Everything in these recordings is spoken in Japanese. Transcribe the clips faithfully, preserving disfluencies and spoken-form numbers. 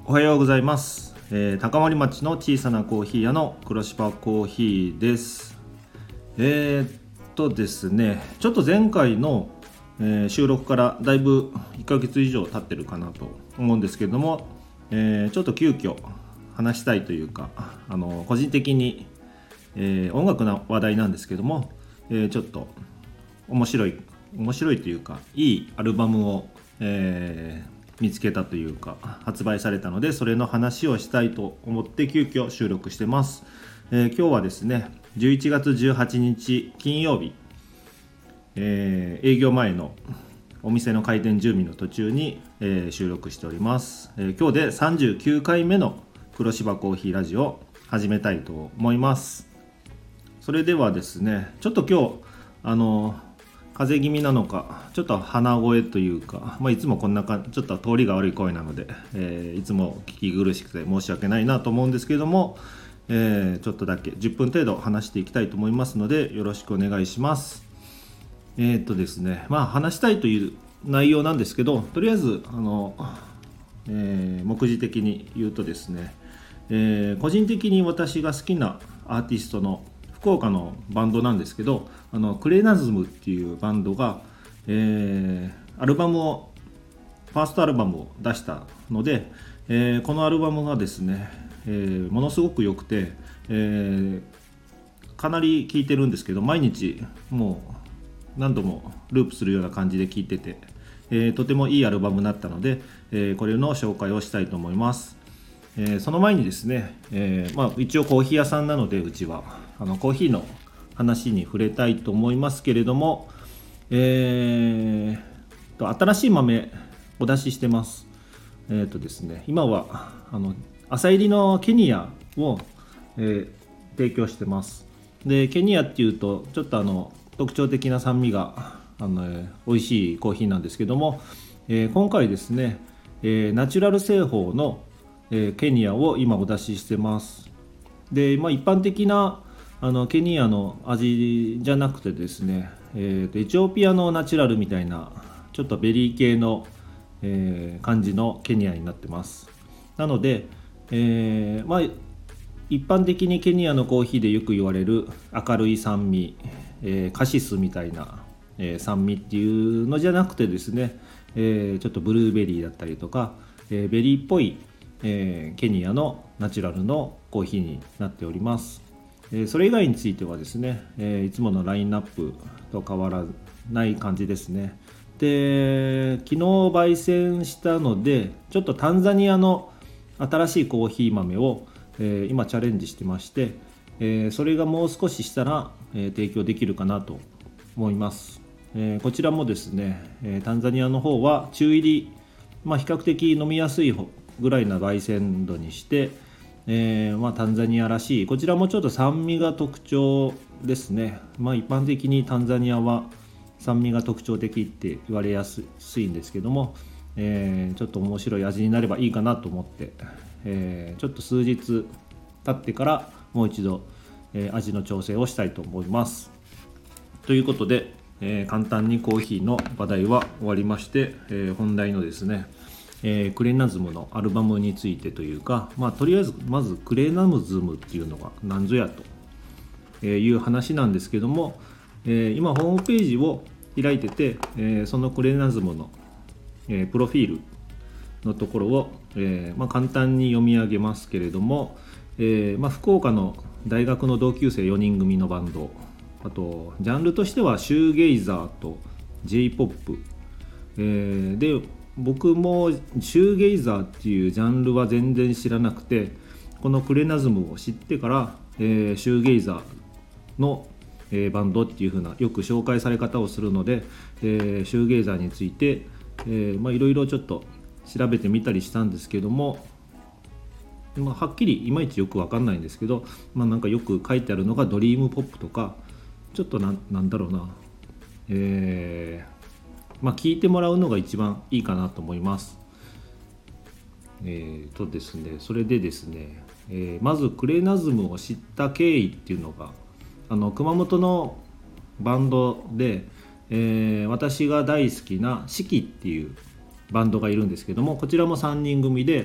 おはようございます、えー、高森町の小さなコーヒー屋の黒芝コーヒーです。えー、っとですねちょっと前回の、えー、収録からだいぶいっかげつ以上経ってるかなと思うんですけれども、えー、ちょっと急遽話したいというかあの個人的に、えー、音楽の話題なんですけども、えー、ちょっと面白い面白いというかいいアルバムを、えー見つけたというか発売されたので、それの話をしたいと思って急遽収録してます。えー、今日はですねじゅういちがつじゅうはちにち金曜日、えー、営業前のお店の開店準備の途中に、えー、収録しております。えー、今日でさんじゅうきゅうかいめの黒芝コーヒーラジオを始めたいと思います。それではですねちょっと今日あの風邪気味なのかちょっと鼻声というか、まあ、いつもこんな感じちょっと通りが悪い声なので、えー、いつも聞き苦しくて申し訳ないなと思うんですけれども、えー、ちょっとだけじゅっぷん程度話していきたいと思いますのでよろしくお願いします。えー、っとですねまあ話したいという内容なんですけど、とりあえずあの、えー、目次的に言うとですね、えー、個人的に私が好きなアーティストの福岡のバンドなんですけど、あのクレナズムっていうバンドが、えー、アルバムをファーストアルバムを出したので、えー、このアルバムがですね、えー、ものすごく良くて、えー、かなり聴いてるんですけど毎日もう何度もループするような感じで聴いてて、えー、とてもいいアルバムになったので、えー、これの紹介をしたいと思います。えー、その前にですね、えーまあ、一応コーヒー屋さんなのでうちはあのコーヒーの話に触れたいと思いますけれども、えー、と新しい豆お出ししてます。えーとですね、今はあの朝入りのケニアを、えー、提供してます。でケニアっていうとちょっとあの特徴的な酸味があの、えー、美味しいコーヒーなんですけども、えー、今回ですね、えー、ナチュラル製法のえー、ケニアを今お出ししてます。で、まあ、一般的なあのケニアの味じゃなくてですね、えー、とエチオピアのナチュラルみたいなちょっとベリー系の、えー、感じのケニアになってます。なので、えーまあ、一般的にケニアのコーヒーでよく言われる明るい酸味、えー、カシスみたいな、えー、酸味っていうのじゃなくてですね、えー、ちょっとブルーベリーだったりとか、えー、ベリーっぽいえー、ケニアのナチュラルのコーヒーになっております。えー、それ以外についてはですね、えー、いつものラインナップと変わらない感じですね。で昨日焙煎したのでちょっとタンザニアの新しいコーヒー豆を、えー、今チャレンジしてまして、えー、それがもう少ししたら、えー、提供できるかなと思います。えー、こちらもですね、えー、タンザニアの方は中入り、まあ、比較的飲みやすい方ぐらいな焙煎度にして、えーまあ、タンザニアらしいこちらもちょっと酸味が特徴ですね。まあ、一般的にタンザニアは酸味が特徴的って言われやすいんですけども、えー、ちょっと面白い味になればいいかなと思って、えー、ちょっと数日経ってからもう一度、えー、味の調整をしたいと思います。ということで、えー、簡単にコーヒーの話題は終わりまして、えー、本題のですねえー、クレナズムのアルバムについてというか、まあ、とりあえずまずクレナズムっていうのが何ぞやという話なんですけども、えー、今ホームページを開いてて、えー、そのクレナズムの、えー、プロフィールのところを、えーまあ、簡単に読み上げますけれども、えーまあ、福岡の大学の同級生よにん組のバンド、あとジャンルとしてはシューゲイザーと J-ポップ、えー、で僕もシューゲイザーっていうジャンルは全然知らなくて、このクレナズムを知ってから、えー、シューゲイザーの、えー、バンドっていう風なよく紹介され方をするので、えー、シューゲイザーについていろいろちょっと調べてみたりしたんですけども、まあ、はっきりいまいちよく分かんないんですけど、まあ、なんかよく書いてあるのがドリームポップとかちょっとな ん, なんだろうな、えーまあ、聞いてもらうのが一番いいかなと思います。えーとですね、それでですね、えー、まずクレナズムを知った経緯っていうのがあの熊本のバンドで、えー、私が大好きな四季っていうバンドがいるんですけども、こちらもさんにん組で、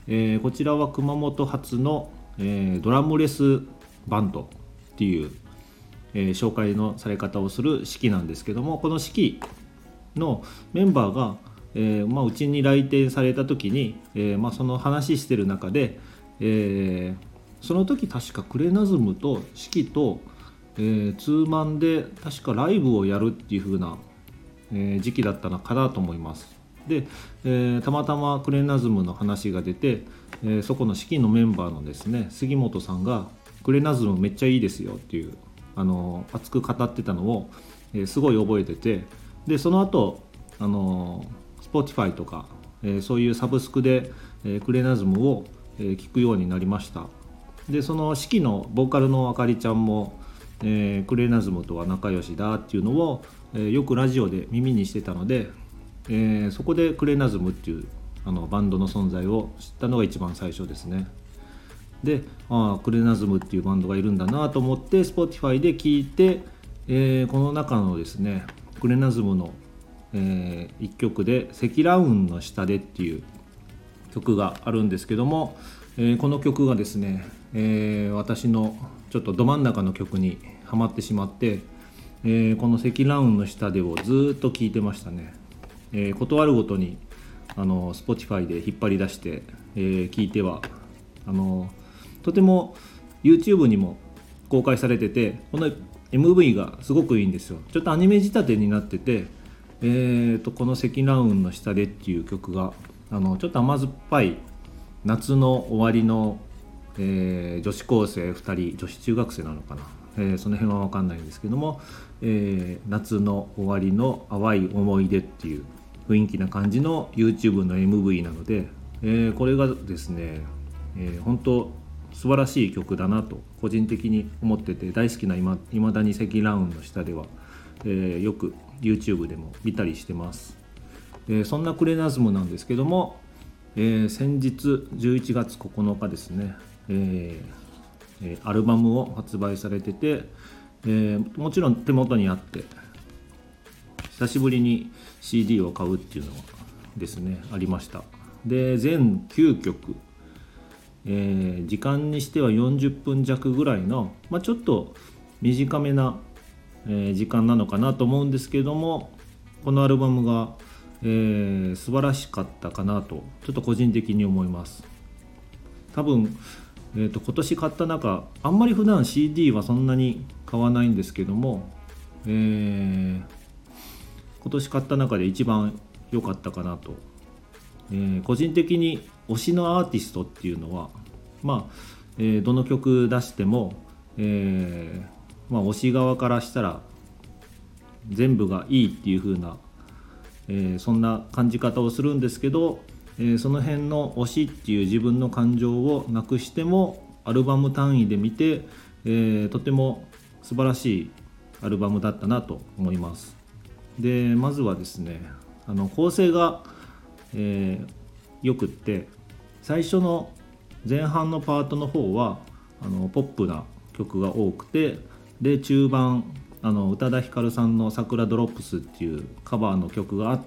えー、こちらは熊本発の、えー、ドラムレスバンドっていう、えー、紹介のされ方をする式なんですけども、この式のメンバーが、えーまあ、うちに来店された時に、えーまあ、その話してる中で、えー、その時確かクレナズムと式と、えー、ツーマンで確かライブをやるっていう風な、えー、時期だったのかなと思います。で、えー、たまたまクレナズムの話が出て、えー、そこの式のメンバーのですね杉本さんがクレナズムめっちゃいいですよっていうあの熱く語ってたのを、えー、すごい覚えてて、でその後あの Spotify とか、えー、そういうサブスクで、えー、クレナズムを、えー、聞くようになりました。でその式のボーカルのあかりちゃんも、えー、クレナズムとは仲良しだっていうのを、えー、よくラジオで耳にしてたので、えー、そこでクレナズムっていうあのバンドの存在を知ったのが一番最初ですね。で、ああクレナズムっていうバンドがいるんだなと思って Spotify で聞いて、えー、この中のですねクレナズムの、えー、いっきょくで積乱雲の下でっていう曲があるんですけども、えー、この曲がですね、えー、私のちょっとど真ん中の曲にはまってしまって、えー、この積乱雲の下でをずっと聴いてましたね。えー、ことあるごとにあの Spotify で引っ張り出して、えー、聞いてはあのとても YouTube にも公開されてて、この エムブイ がすごくいいんですよ。ちょっとアニメ仕立てになってて、えー、とこの積乱雲の下でっていう曲があのちょっと甘酸っぱい夏の終わりの、えー、女子高生ふたり、女子中学生なのかな、えー、その辺は分かんないんですけども、えー、夏の終わりの淡い思い出っていう雰囲気な感じの YouTube の エムブイ なので、えー、これがですね、えー、本当素晴らしい曲だなと個人的に思ってて大好きな今未だに積乱雲の下では、えー、よく YouTube でも見たりしてます。えー、そんなクレナズムなんですけども、えー、先日じゅういちがつここのかですね、えーえー、アルバムを発売されてて、えー、もちろん手元にあって久しぶりに シーディー を買うっていうのがですねありました。で全きゅうきょく、えー、時間にしてはよんじゅっぷん弱ぐらいの、まあ、ちょっと短めな、えー、時間なのかなと思うんですけども、このアルバムが、えー、素晴らしかったかなとちょっと個人的に思います。多分、えーと、今年買った中あんまり普段 シーディー はそんなに買わないんですけども、えー、今年買った中で一番良かったかなと、えー、個人的に推しのアーティストっていうのは、まあえー、どの曲出しても、えーまあ、推し側からしたら全部がいいっていう風な、えー、そんな感じ方をするんですけど、えー、その辺の推しっていう自分の感情をなくしてもアルバム単位で見て、えー、とても素晴らしいアルバムだったなと思います。でまずはですねあの構成が、えー、よくって、最初の前半のパートの方はあのポップな曲が多くて、で中盤あの宇多田ヒカルさんの桜ドロップスっていうカバーの曲があって、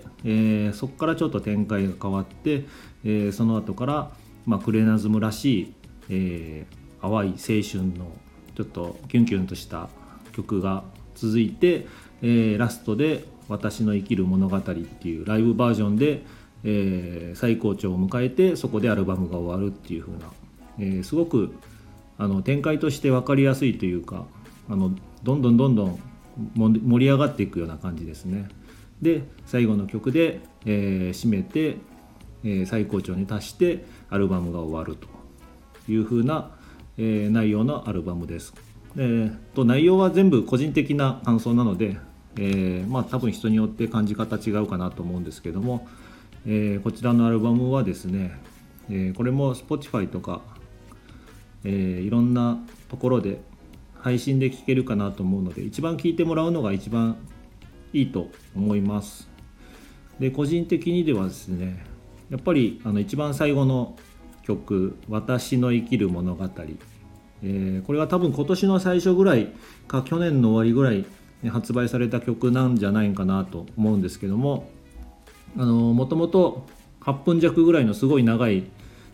えー、そこからちょっと展開が変わって、えー、その後から、まあ、クレナズムらしい、えー、淡い青春のちょっとキュンキュンとした曲が続いて、えー、ラストで私の生きる物語っていうライブバージョンで、えー、最高潮を迎えて、そこでアルバムが終わるっていう風な、えー、すごくあの展開として分かりやすいというか、あのどんどんどんどん盛り上がっていくような感じですね。で最後の曲で、えー、締めて、えー、最高潮に達してアルバムが終わるという風な、えー、内容のアルバムです。えー、と内容は全部個人的な感想なので、えー、まあ多分人によって感じ方違うかなと思うんですけども、えー、こちらのアルバムはですね、えー、これも Spotify とか、えー、いろんなところで配信で聴けるかなと思うので、一番聴いてもらうのが一番いいと思います。で個人的にではですね、やっぱりあの一番最後の曲「私の生きる物語」、えー、これは多分今年の最初ぐらいか去年の終わりぐらいに発売された曲なんじゃないかなと思うんですけども、あのもともとはっぷん弱ぐらいのすごい長い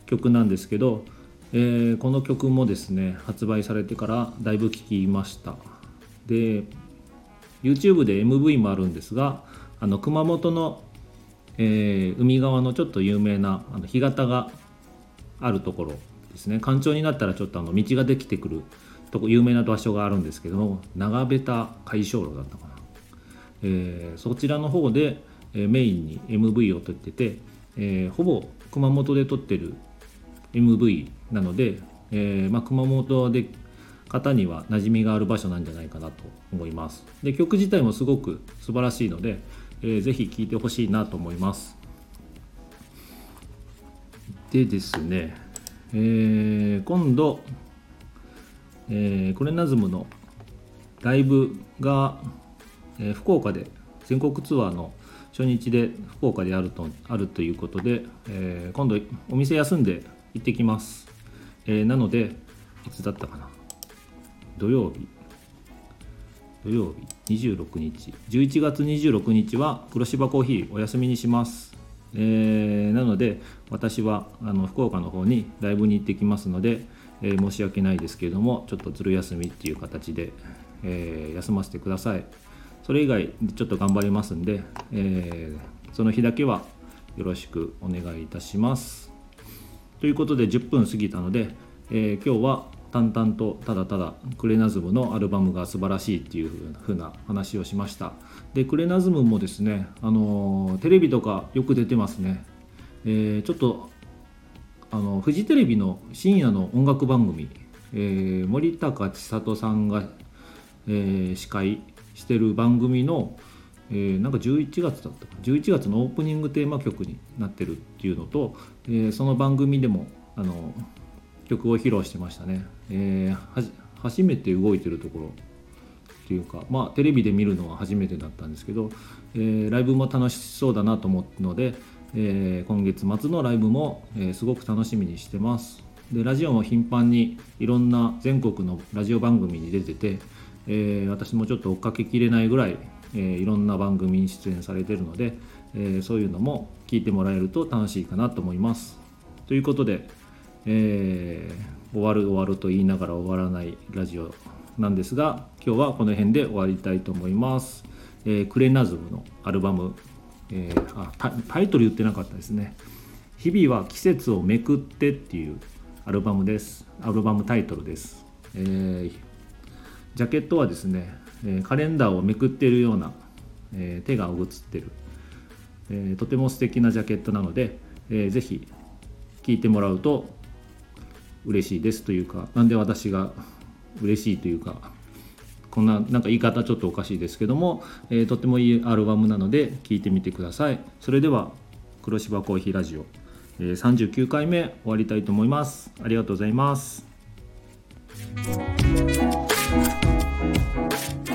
曲なんですけど、えーこの曲もですね発売されてからだいぶ聴きました。で YouTube で エムブイ もあるんですが、あの熊本の、えー海側のちょっと有名なあの干潟があるところですね。干潮になったらちょっとあの道ができてくるとこ有名な場所があるんですけども、長ベタ海床路だったかな、えーそちらの方で、えーメインに エムブイ を撮ってて、えーほぼ熊本で撮ってる エムブイ なので、えーまあ、熊本で方には馴染みがある場所なんじゃないかなと思います。で曲自体もすごく素晴らしいので、えーぜひ聴いてほしいなと思います。でですね、えー今度、えークレナズムのライブが、えー福岡で全国ツアーの初日で福岡であるとあるということで、えー今度お店休んで行ってきます。えーなのでいつだったかな、土曜日土曜日にじゅうろくにちじゅういちがつにじゅうろくにちは黒芝コーヒーお休みにします。えーなので私はあの福岡の方にライブに行ってきますので、えー申し訳ないですけれどもちょっとずる休みっていう形で、えー休ませてください。それ以外ちょっと頑張りますんで、えーその日だけはよろしくお願いいたします。ということでじゅっぷん過ぎたので、えー今日は淡々とただただクレナズムのアルバムが素晴らしいっていう風な話をしました。でクレナズムもですね、あのーテレビとかよく出てますね。えーちょっとあのフジテレビの深夜の音楽番組、えー森高千里さんが、えー司会してる番組の、えーなんかじゅういちがつだったかじゅういちがつのオープニングテーマ曲になってるっていうのと、えーその番組でもあの曲を披露してましたね。えーはじ初めて動いてるところっていうか、まあテレビで見るのは初めてだったんですけど、えーライブも楽しそうだなと思ったので、えー今月末のライブも、えーすごく楽しみにしてます。でラジオも頻繁にいろんな全国のラジオ番組に出てて、えー私もちょっと追っかけきれないぐらい、えーいろんな番組に出演されているので、えーそういうのも聞いてもらえると楽しいかなと思います。ということで、えー終わる終わると言いながら終わらないラジオなんですが、今日はこの辺で終わりたいと思います。えークレナズムのアルバム、えーあタ、タイトル言ってなかったですね。日々は季節をめくってっていうアルバムです。アルバムタイトルです。えージャケットはですね、えーカレンダーをめくっているような、えー手が写ってる、えーとても素敵なジャケットなので、えーぜひ聴いてもらうと嬉しいですというか、なんで私が嬉しいというか、こんななんか言い方ちょっとおかしいですけども、えーとってもいいアルバムなので聴いてみてください。それでは黒芝コーヒーラジオ、えーさんじゅうきゅうかいめ終わりたいと思います。ありがとうございます。